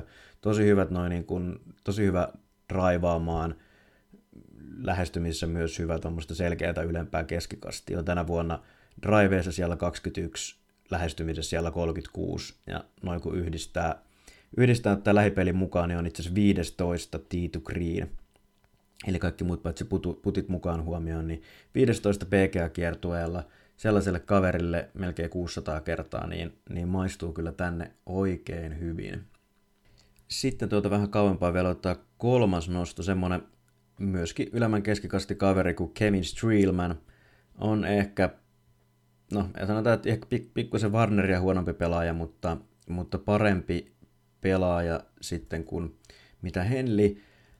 Tosi hyvä raivaamaan, lähestymisessä myös hyvä tuommoista selkeää ylempää keskikastia. On tänä vuonna driveissa siellä 21, lähestymisessä siellä 36, ja noin kun yhdistää tämä lähipelin mukaan, niin on itse asiassa 15 tee to green, eli kaikki muut paitsi putit mukaan huomioon, niin 15 PGA-kiertueella sellaiselle kaverille melkein 600 kertaa, niin maistuu kyllä tänne oikein hyvin. Sitten vähän kauempaa vielä ottaa kolmas nosto, semmoinen myöskin ylemmän keskikasti kaveri kuin Kevin Streelman. On ehkä, sanotaan, että ehkä pikkusen Warneria huonompi pelaaja, mutta parempi pelaaja sitten kuin mitä Henley.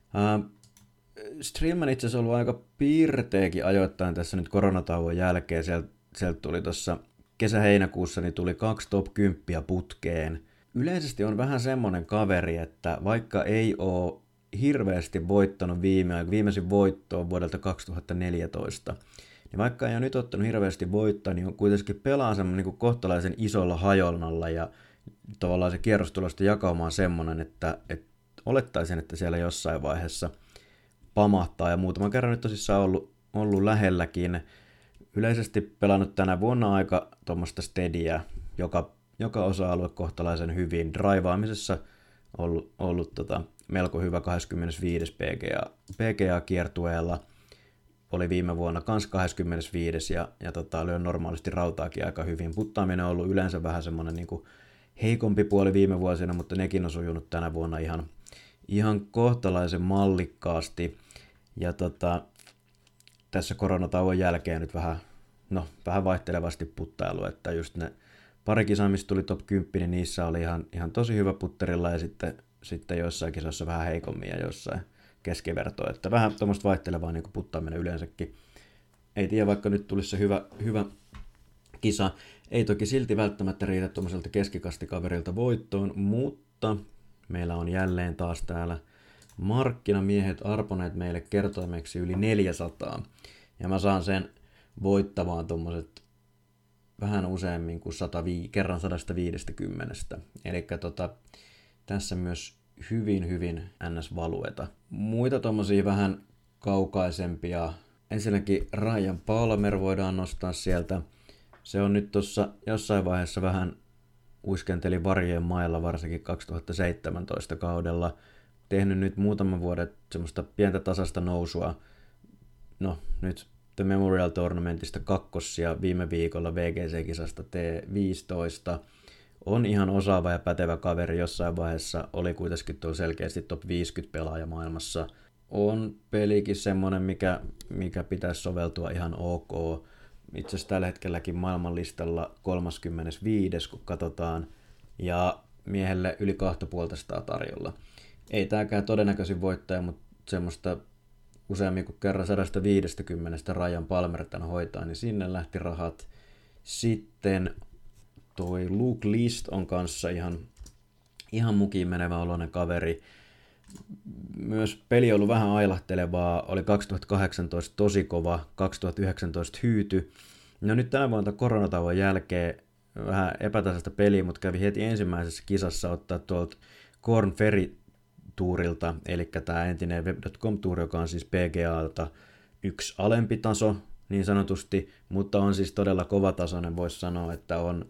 Streelman itse asiassa on ollut aika piirteekin ajoittain tässä nyt koronatauon jälkeen. Sieltä tuli tuossa kesä-heinäkuussa niin tuli 2 top 10 putkeen. Yleisesti on vähän semmoinen kaveri, että vaikka ei ole hirveästi voittanut viimeisin voitto on vuodelta 2014, niin vaikka ei ole nyt ottanut hirveästi voittaa, niin on kuitenkin pelaa semmoinen niin kohtalaisen isolla hajonnalla ja tavallaan se kierrostulosta jakauma on semmoinen, että olettaisin, että siellä jossain vaiheessa pamahtaa ja muutaman kerran nyt tosissaan ollut lähelläkin. Yleisesti pelannut tänä vuonna aika tuommoista steadyä, joka osa-alue kohtalaisen hyvin. Draivaamisessa ollut melko hyvä 25. PGA-kiertueella. Oli viime vuonna kans 25. ja lyö normaalisti rautaakin aika hyvin. Puttaaminen on ollut yleensä vähän semmoinen niin kuin heikompi puoli viime vuosina, mutta nekin on sujunut tänä vuonna ihan kohtalaisen mallikkaasti. Ja tässä koronatauon jälkeen nyt vähän vaihtelevasti puttailu, että just ne pari kisaa, missä tuli top 10, niin niissä oli ihan tosi hyvä putterilla ja sitten joissain kisoissa vähän heikommin ja jossain keskivertoa, että vähän tuommoista vaihtelevaa niin kuin puttaaminen yleensäkin. Ei tiedä, vaikka nyt tulisi se hyvä kisa, ei toki silti välttämättä riitä tuommoiselta keskikastikaverilta voittoon, mutta meillä on jälleen taas täällä markkinamiehet arponeet meille kertoimeksi yli 400, ja mä saan sen voittavaan tuommoiset vähän useammin kuin kerran 150. Eli tässä myös hyvin NS-valueta. Muita tommosia vähän kaukaisempia. Ensinnäkin Ryan Palmer voidaan nostaa sieltä. Se on nyt tuossa jossain vaiheessa vähän uiskenteli varjojen mailla, varsinkin 2017 kaudella. Tehnyt nyt muutaman vuoden semmoista pientä tasasta nousua. No, nyt The Memorial Tournamentista kakkossia viime viikolla VGC-kisasta T15. On ihan osaava ja pätevä kaveri, jossain vaiheessa oli kuitenkin tuo selkeästi top 50 pelaaja maailmassa. On pelikin semmoinen, mikä pitäisi soveltua ihan ok. Itse asiassa tällä hetkelläkin maailmanlistalla 35, kun katsotaan, ja miehelle yli 2,5 tarjolla. Ei tääkään todennäköisin voittaja, mutta semmoista useammin kuin kerran 150 Ryan Palmer tämän hoitaa, niin sinne lähti rahat. Sitten toi Luke List on kanssa ihan mukiin menevä oloinen kaveri. Myös peli on ollut vähän ailahtelevaa, oli 2018 tosi kova, 2019 hyyty. No nyt tänä vuonna koronatauon jälkeen vähän epätasaista peliä, mutta kävi heti ensimmäisessä kisassa ottaa tuolta Korn Ferry Tourilta, eli tämä entinen Web.com-tuuri, joka on siis PGAlta yksi alempi taso niin sanotusti, mutta on siis todella kovatasoinen, voisi sanoa, että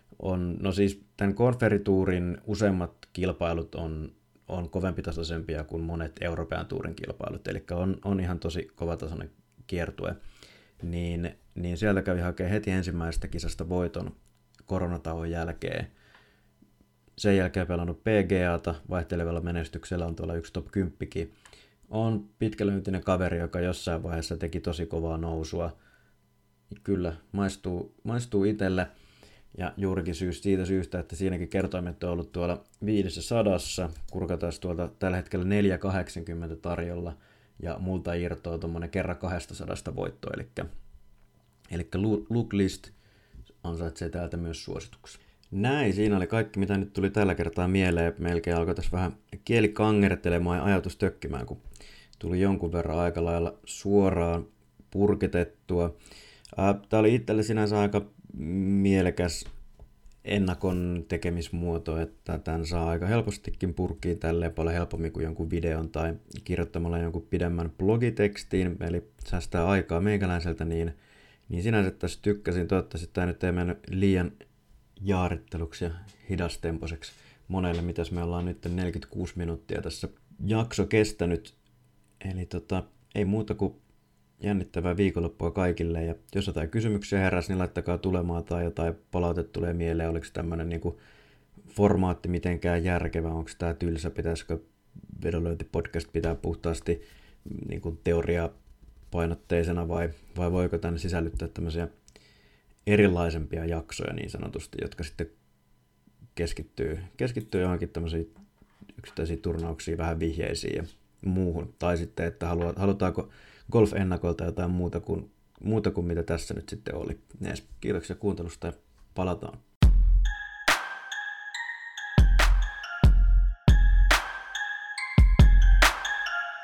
No siis tämän konferituurin useimmat kilpailut on kovempitasoisempia kuin monet Euroopan tuurin kilpailut, eli on ihan tosi kovatasoinen kiertue. Niin sieltä kävi hakemaan heti ensimmäisestä kisasta voiton koronatauon jälkeen. Sen jälkeen pelannut PGAta vaihtelevalla menestyksellä, on tuolla yksi top 10. On pitkälyntinen kaveri, joka jossain vaiheessa teki tosi kovaa nousua. Kyllä, maistuu itselle. Ja juurikin siitä syystä, että siinäkin kertoimet on ollut tuolla 500, kurkataan tuolta tällä hetkellä 480 tarjolla, ja multa irtoaa tuommoinen kerran 200 voittoa, eli Looklist ansaitsee täältä myös suosituksen. Näin, siinä oli kaikki, mitä nyt tuli tällä kertaa mieleen. Melkein alkoi tässä vähän kieli kangertelemaan ja ajatus tökkimään, kun tuli jonkun verran aika lailla suoraan purkitettua. Tämä oli itselle sinänsä aika mielekäs ennakon tekemismuoto, että tämän saa aika helpostikin purkiin tälleen paljon helpommin kuin jonkun videon tai kirjoittamalla jonkun pidemmän blogitekstiin, eli säästää aikaa meikäläiseltä, niin sinänsä tässä tykkäsin. Toivottavasti tämä nyt ei mennyt liian jaaritteluksi ja hidastempoiseksi monelle, mitäs me ollaan nyt 46 minuuttia tässä jakso kestänyt. Eli ei muuta kuin jännittävää viikonloppua kaikille, ja jos jotain kysymyksiä heräsi, niin laittakaa tulemaan tai jotain palautetta tulee mieleen, oliko tämmöinen niinku formaatti mitenkään järkevä, onko tämä tylsä, pitäisikö vedonlyöntipodcast pitää puhtaasti niinku teoriapainotteisena vai voiko tänne sisällyttää tämmöisiä erilaisempia jaksoja niin sanotusti, jotka sitten keskittyy johonkin tämmöisiin yksittäisiin turnauksiin, vähän vihjeisiin ja muuhun, tai sitten, että halutaanko golf-ennakolta jotain muuta kuin mitä tässä nyt sitten oli. Kiitoksia kuuntelusta ja palataan.